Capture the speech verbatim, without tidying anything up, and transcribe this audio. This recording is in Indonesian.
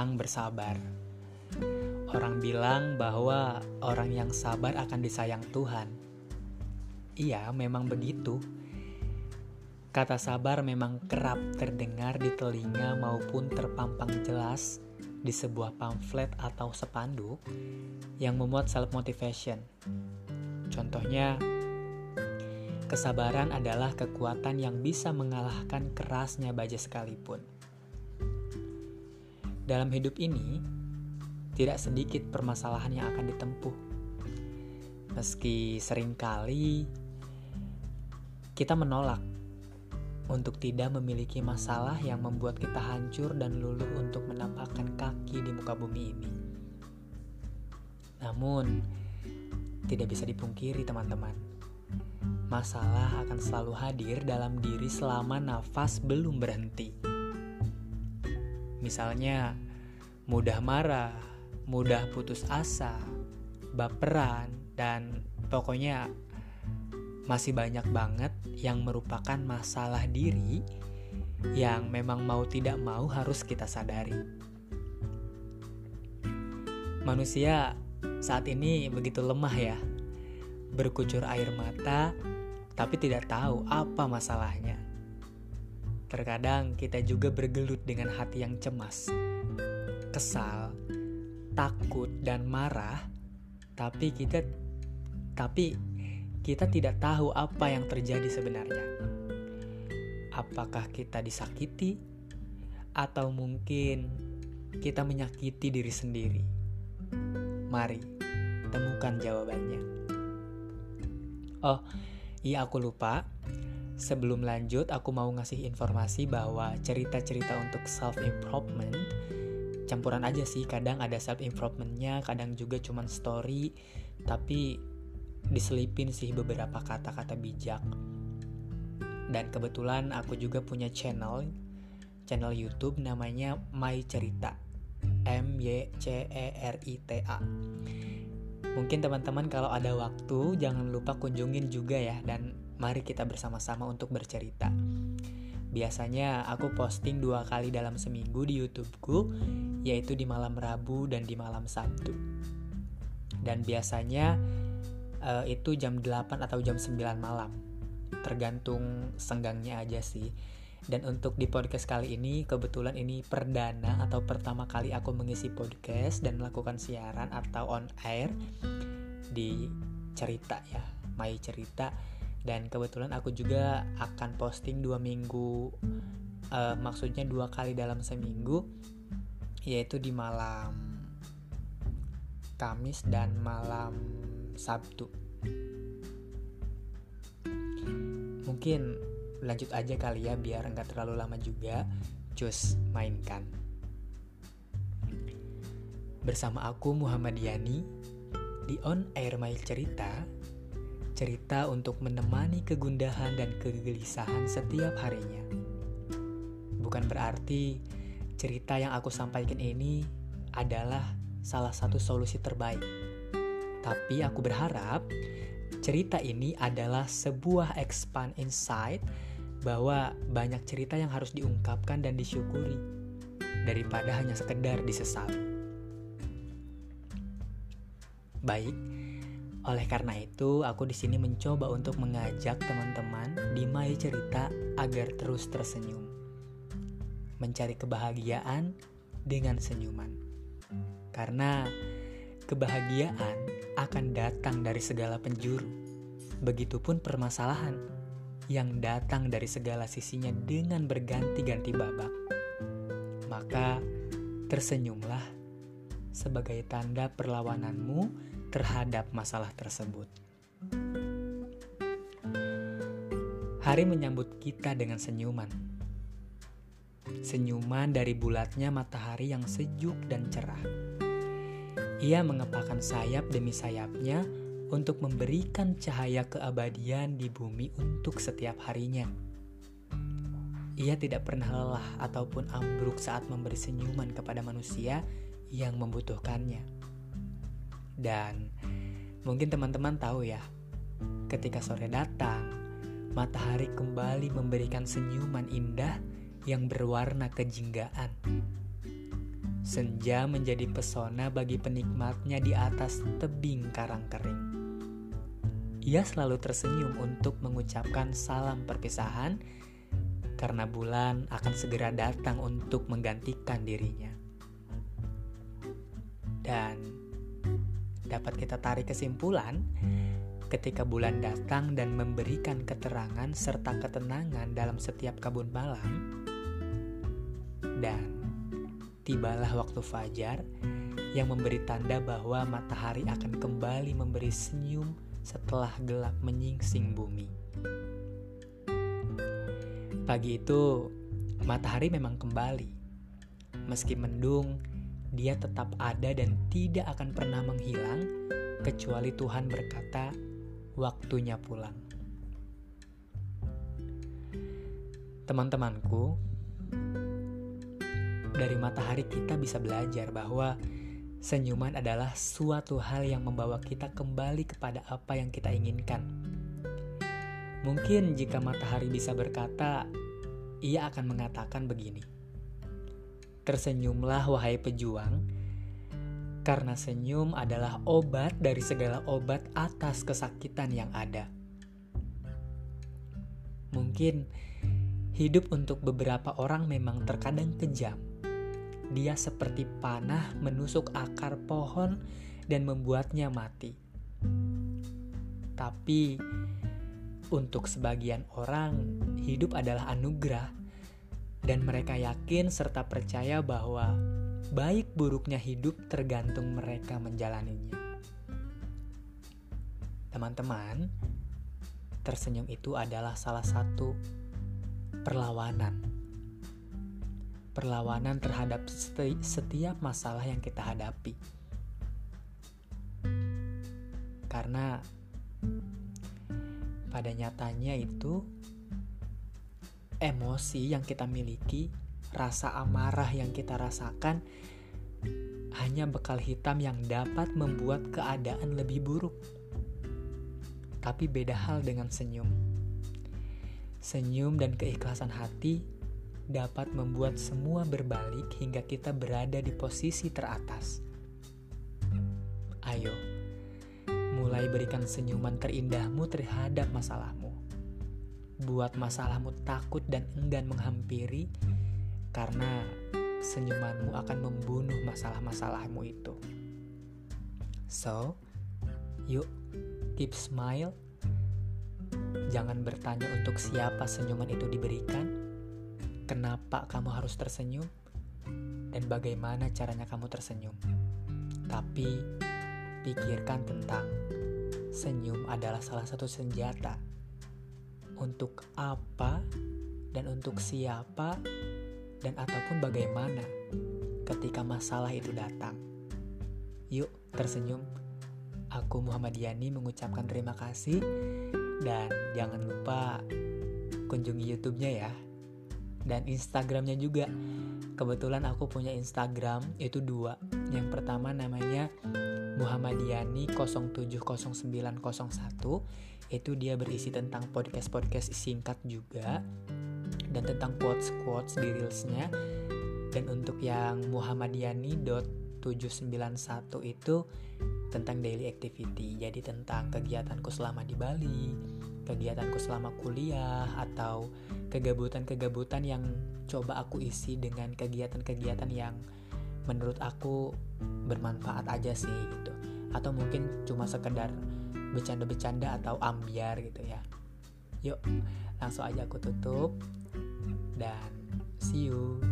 tentang bersabar. Orang bilang bahwa orang yang sabar akan disayang Tuhan. Iya, memang begitu. Kata sabar memang kerap terdengar di telinga maupun terpampang jelas di sebuah pamflet atau spanduk yang memuat self-motivation. Contohnya, kesabaran adalah kekuatan yang bisa mengalahkan kerasnya baja sekalipun. Dalam hidup ini, tidak sedikit permasalahan yang akan ditempuh. Meski seringkali kita menolak untuk tidak memiliki masalah yang membuat kita hancur dan luluh untuk menampakkan kaki di muka bumi ini. Namun, tidak bisa dipungkiri teman-teman, masalah akan selalu hadir dalam diri selama nafas belum berhenti. Misalnya, mudah marah, mudah putus asa, baperan, dan pokoknya masih banyak banget yang merupakan masalah diri yang memang mau tidak mau harus kita sadari. Manusia saat ini begitu lemah ya, berkucur air mata tapi tidak tahu apa masalahnya. Terkadang kita juga bergelut dengan hati yang cemas, kesal, takut dan marah, tapi kita tapi kita tidak tahu apa yang terjadi sebenarnya. Apakah kita disakiti atau mungkin kita menyakiti diri sendiri? Mari temukan jawabannya. Oh, iya aku lupa. Sebelum lanjut, aku mau ngasih informasi bahwa cerita-cerita untuk self-improvement campuran aja sih, kadang ada self-improvementnya, kadang juga cuman story, tapi diselipin sih beberapa kata-kata bijak. Dan kebetulan aku juga punya channel channel YouTube namanya My Cerita, M Y C E R I T A. Mungkin teman-teman kalau ada waktu jangan lupa kunjungin juga ya, dan mari kita bersama-sama untuk bercerita. Biasanya aku posting dua kali dalam seminggu di YouTubeku, yaitu di malam Rabu dan di malam Sabtu. Dan biasanya uh, itu jam delapan atau jam sembilan malam, tergantung senggangnya aja sih. Dan untuk di podcast kali ini, kebetulan ini perdana atau pertama kali aku mengisi podcast dan melakukan siaran atau on air di Cerita ya, My Cerita. Dan kebetulan aku juga akan posting dua minggu, uh, maksudnya dua kali dalam seminggu, yaitu di malam Kamis dan malam Sabtu. Mungkin lanjut aja kali ya, biar nggak terlalu lama juga. Cus mainkan. Bersama aku Muhammad Yani di On Air My Cerita. Cerita untuk menemani kegundahan dan kegelisahan setiap harinya. Bukan berarti cerita yang aku sampaikan ini adalah salah satu solusi terbaik. Tapi aku berharap cerita ini adalah sebuah expand insight bahwa banyak cerita yang harus diungkapkan dan disyukuri daripada hanya sekedar disesali. Baik, oleh karena itu aku di sini mencoba untuk mengajak teman-teman di My Cerita agar terus tersenyum, mencari kebahagiaan dengan senyuman. Karena kebahagiaan akan datang dari segala penjuru. Begitupun permasalahan yang datang dari segala sisinya dengan berganti-ganti babak. Maka tersenyumlah sebagai tanda perlawananmu terhadap masalah tersebut. Hari menyambut kita dengan senyuman. Senyuman dari bulatnya matahari yang sejuk dan cerah. Ia mengepakkan sayap demi sayapnya untuk memberikan cahaya keabadian di bumi untuk setiap harinya. Ia tidak pernah lelah ataupun ambruk saat memberi senyuman kepada manusia yang membutuhkannya. Dan mungkin teman-teman tahu ya, ketika sore datang, matahari kembali memberikan senyuman indah yang berwarna kejinggaan. senja menjadi pesona bagi penikmatnya di atas tebing karang kering. Ia selalu tersenyum untuk mengucapkan salam perpisahan, karena bulan akan segera datang untuk menggantikan dirinya. Dan dapat kita tarik kesimpulan, ketika bulan datang dan memberikan keterangan serta ketenangan dalam setiap kabut malam, dan tibalah waktu fajar yang memberi tanda bahwa matahari akan kembali memberi senyum setelah gelap menyingsing bumi. Pagi itu, matahari memang kembali. Meski mendung, dia tetap ada dan tidak akan pernah menghilang, kecuali Tuhan berkata, waktunya pulang. Teman-temanku, dari matahari kita bisa belajar bahwa senyuman adalah suatu hal yang membawa kita kembali kepada apa yang kita inginkan. Mungkin jika matahari bisa berkata, ia akan mengatakan begini, tersenyumlah wahai pejuang, karena senyum adalah obat dari segala obat atas kesakitan yang ada. Mungkin hidup untuk beberapa orang memang terkadang kejam. Dia seperti panah menusuk akar pohon dan membuatnya mati. Tapi untuk sebagian orang, hidup adalah anugerah, dan mereka yakin serta percaya bahwa baik buruknya hidup tergantung mereka menjalaninya. Teman-teman, tersenyum itu adalah salah satu perlawanan. Perlawanan terhadap seti- setiap masalah yang kita hadapi. Karena pada nyatanya itu emosi yang kita miliki, rasa amarah yang kita rasakan hanya bekal hitam yang dapat membuat keadaan lebih buruk. Tapi beda hal dengan senyum. Senyum dan keikhlasan hati dapat membuat semua berbalik hingga kita berada di posisi teratas. Ayo, mulai berikan senyuman terindahmu terhadap masalahmu. Buat masalahmu takut dan enggan menghampiri, karena senyumanmu akan membunuh masalah-masalahmu itu. So, yuk keep smile. Jangan bertanya untuk siapa senyuman itu diberikan, kenapa kamu harus tersenyum, dan bagaimana caranya kamu tersenyum. Tapi pikirkan tentang senyum adalah salah satu senjata. Untuk apa dan untuk siapa dan ataupun bagaimana ketika masalah itu datang. Yuk tersenyum. Aku Muhammad Yani mengucapkan terima kasih, dan jangan lupa kunjungi YouTube-nya ya, dan Instagram-nya juga. Kebetulan aku punya Instagram itu dua. Yang pertama namanya Muhammadiyani nol tujuh nol sembilan nol satu. Itu dia berisi tentang podcast-podcast singkat juga, dan tentang quotes-quotes di reels-nya. Dan untuk yang Muhammadiyani tujuh sembilan satu itu tentang daily activity. Jadi tentang kegiatanku selama di Bali, kegiatanku selama kuliah, atau kegabutan-kegabutan yang coba aku isi dengan kegiatan-kegiatan yang menurut aku bermanfaat aja sih gitu. Atau mungkin cuma sekedar bercanda-bercanda atau ambiar gitu ya. Yuk, langsung aja aku tutup dan see you.